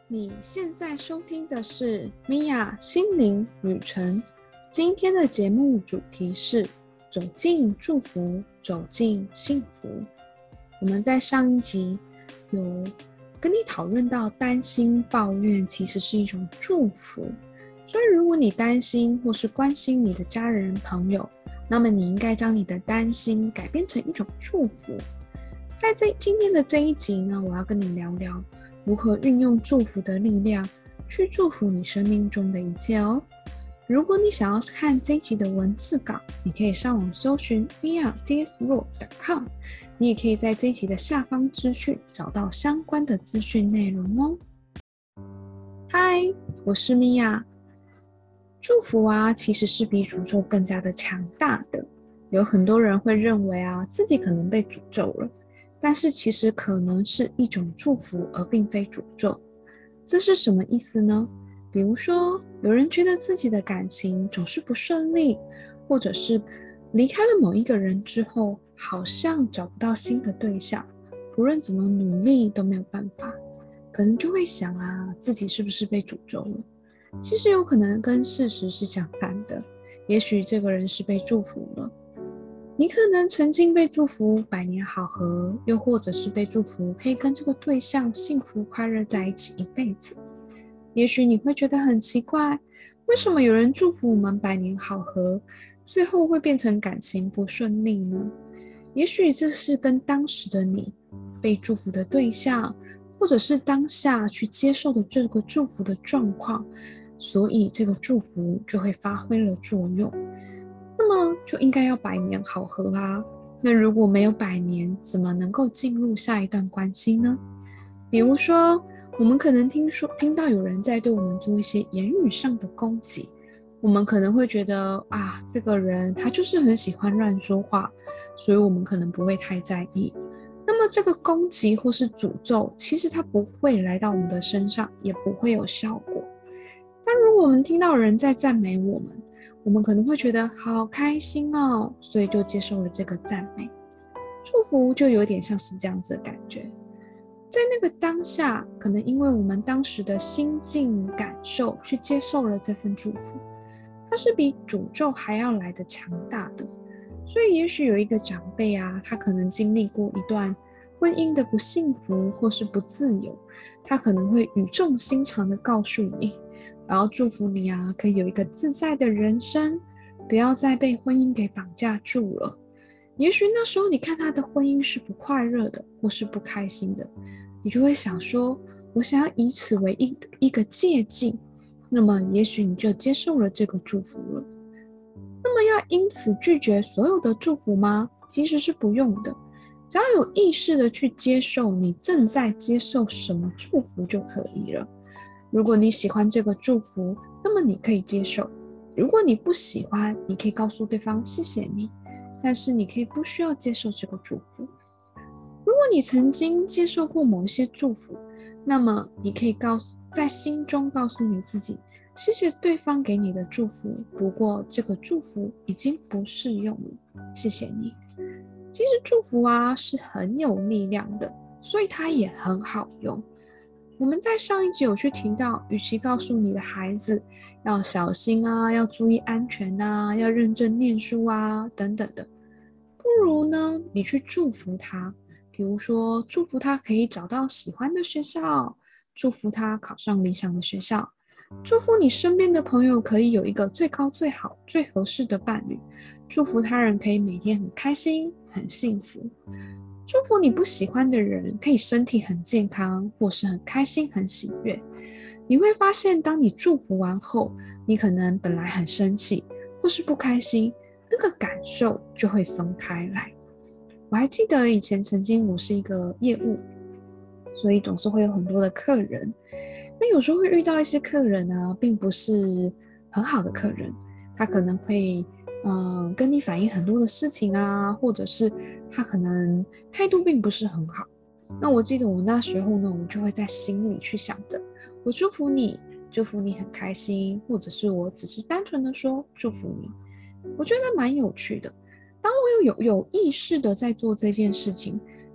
你现在收听的是米娅心灵旅程。今天的节目主题是走进祝福，走进幸福。我们在上一集有跟你讨论到，担心抱怨其实是一种祝福。所以如果你担心或是关心你的家人朋友，那么你应该将你的担心改变成一种祝福。在今天的这一集呢，我要跟你聊聊如何运用祝福的力量去祝福你生命中的一切哦。如果你想要看这一集的文字稿，你可以上网搜寻 miadsroad.com， 你也可以在这一集的下方资讯找到相关的资讯内容哦。嗨，我是米娅。祝福其实是比诅咒更加的强大的。有很多人会认为自己可能被诅咒了，但是其实可能是一种祝福，而并非诅咒。这是什么意思呢？比如说，有人觉得自己的感情总是不顺利，或者是离开了某一个人之后，好像找不到新的对象，不论怎么努力都没有办法，可能就会想自己是不是被诅咒了？其实有可能跟事实是相反的，也许这个人是被祝福了。你可能曾经被祝福百年好合，又或者是被祝福可以跟这个对象幸福快乐在一起一辈子。也许你会觉得很奇怪，为什么有人祝福我们百年好合，最后会变成感情不顺利呢？也许这是跟当时的你被祝福的对象，或者是当下去接受的这个祝福的状况，所以这个祝福就会发挥了作用。那么就应该要百年好合啊。那如果没有百年，怎么能够进入下一段关系呢？比如说，我们可能听到有人在对我们做一些言语上的攻击，我们可能会觉得这个人他就是很喜欢乱说话，所以我们可能不会太在意。那么这个攻击或是诅咒，其实它不会来到我们的身上，也不会有效果。但如果我们听到人在赞美我们，我们可能会觉得好开心哦，所以就接受了这个赞美。祝福就有点像是这样子的感觉。在那个当下，可能因为我们当时的心境感受去接受了这份祝福，它是比诅咒还要来得强大的。所以也许有一个长辈他可能经历过一段婚姻的不幸福或是不自由，他可能会语重心长的告诉你，然后祝福你可以有一个自在的人生，不要再被婚姻给绑架住了。也许那时候你看他的婚姻是不快乐的，或是不开心的，你就会想说，我想要以此为一个借鉴，那么也许你就接受了这个祝福了。那么要因此拒绝所有的祝福吗？其实是不用的，只要有意识的去接受你正在接受什么祝福就可以了。如果你喜欢这个祝福，那么你可以接受；如果你不喜欢，你可以告诉对方谢谢你，但是你可以不需要接受这个祝福。如果你曾经接受过某一些祝福，那么你可以在心中告诉你自己，谢谢对方给你的祝福，不过这个祝福已经不适用了，谢谢你。其实祝福是很有力量的，所以它也很好用。我们在上一集有去提到，与其告诉你的孩子要小心要注意安全要认真念书等等的，不如呢你去祝福他。比如说祝福他可以找到喜欢的学校，祝福他考上理想的学校，祝福你身边的朋友可以有一个最高最好最合适的伴侣，祝福他人可以每天很开心很幸福，祝福你不喜欢的人可以身体很健康，或是很开心很喜悦。你会发现，当你祝福完后，你可能本来很生气或是不开心，那个感受就会松开来。我还记得以前曾经我是一个业务，所以总是会有很多的客人。那有时候会遇到一些客人并不是很好的客人，他可能会跟你反映很多的事情或者是他可能态度并不是很好。那我记得我那时候呢，我就会在心里去想着，我祝福你，祝福你很开心，或者是我只是单纯的说祝福你。我觉得蛮有趣的。当我有意识的在做这件事情，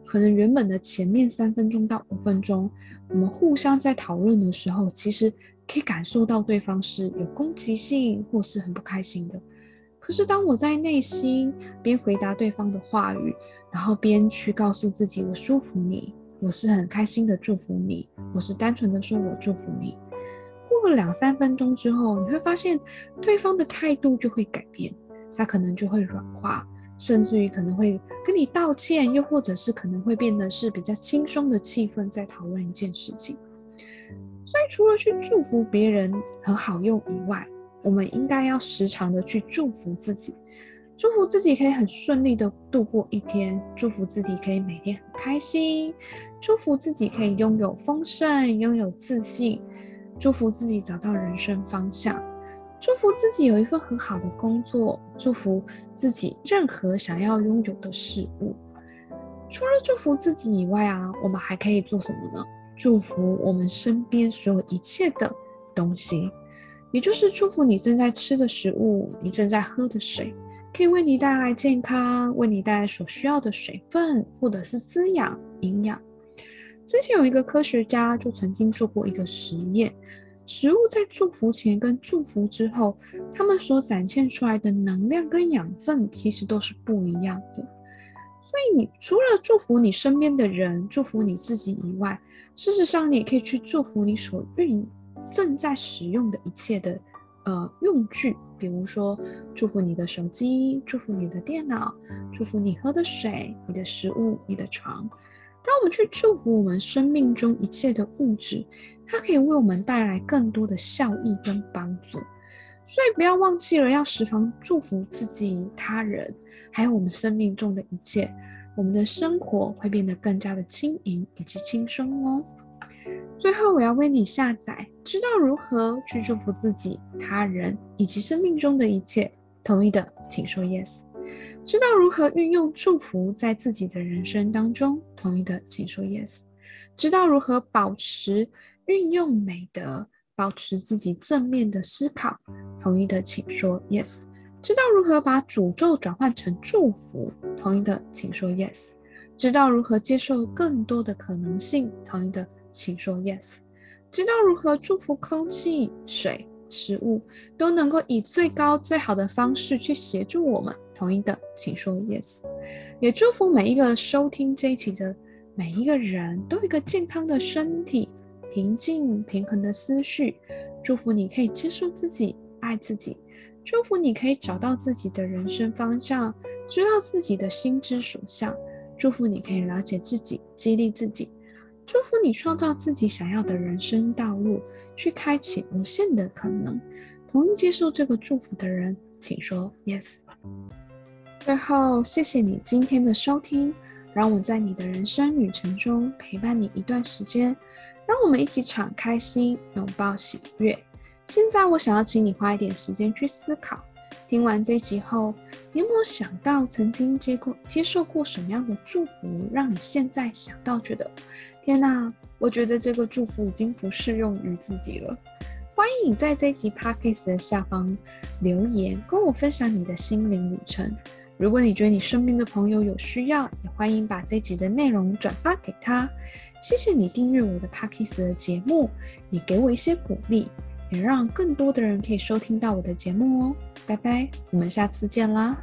可能原本的前面3分钟到5分钟，我们互相在讨论的时候，其实可以感受到对方是有攻击性或是很不开心的。可是当我在内心边回答对方的话语，然后边去告诉自己我祝福你，我是很开心的祝福你，我是单纯的说我祝福你。过了2-3分钟之后，你会发现对方的态度就会改变，他可能就会软化，甚至于可能会跟你道歉，又或者是可能会变得是比较轻松的气氛在讨论一件事情。所以除了去祝福别人很好用以外，我们应该要时常的去祝福自己，祝福自己可以很顺利的度过一天，祝福自己可以每天很开心，祝福自己可以拥有丰盛，拥有自信，祝福自己找到人生方向，祝福自己有一份很好的工作，祝福自己任何想要拥有的事物。除了祝福自己以外我们还可以做什么呢？祝福我们身边所有一切的东西，也就是祝福你正在吃的食物，你正在喝的水，可以为你带来健康，为你带来所需要的水分，或者是滋养、营养。之前有一个科学家就曾经做过一个实验，食物在祝福前跟祝福之后，它们所展现出来的能量跟养分其实都是不一样的。所以你除了祝福你身边的人，祝福你自己以外，事实上你也可以去祝福你所正在使用的一切的用具，比如说祝福你的手机，祝福你的电脑，祝福你喝的水，你的食物，你的床。当我们去祝福我们生命中一切的物质，它可以为我们带来更多的效益跟帮助。所以不要忘记了要时常祝福自己、他人，还有我们生命中的一切，我们的生活会变得更加的轻盈以及轻松哦。最后我要为你下载知道如何去祝福自己、他人以及生命中的一切，同意的请说 yes。 知道如何运用祝福在自己的人生当中，同意的请说 yes。 知道如何保持运用美德，保持自己正面的思考，同意的请说 yes。 知道如何把诅咒转换成祝福，同意的请说 yes。 知道如何接受更多的可能性，同意的请说 yes。 知道如何祝福空气、水、食物都能够以最高最好的方式去协助我们，同意的请说 yes。 也祝福每一个收听这一期的每一个人都有一个健康的身体，平静平衡的思绪。祝福你可以接受自己，爱自己。祝福你可以找到自己的人生方向，知道自己的心之所向。祝福你可以了解自己，激励自己。祝福你创造自己想要的人生道路，去开启无限的可能。同意接受这个祝福的人请说 yes。 最后谢谢你今天的收听，让我在你的人生旅程中陪伴你一段时间，让我们一起敞开心，拥抱喜悦。现在我想要请你花一点时间去思考，听完这一集后，你有没有想到曾经接受过什么样的祝福，让你现在想到觉得天哪，我觉得这个祝福已经不适用于自己了。欢迎你在这一集 Podcast 的下方留言，跟我分享你的心灵旅程。如果你觉得你身边的朋友有需要，也欢迎把这一集的内容转发给他。谢谢你订阅我的 Podcast 的节目，也给我一些鼓励，也让更多的人可以收听到我的节目哦。拜拜，我们下次见啦。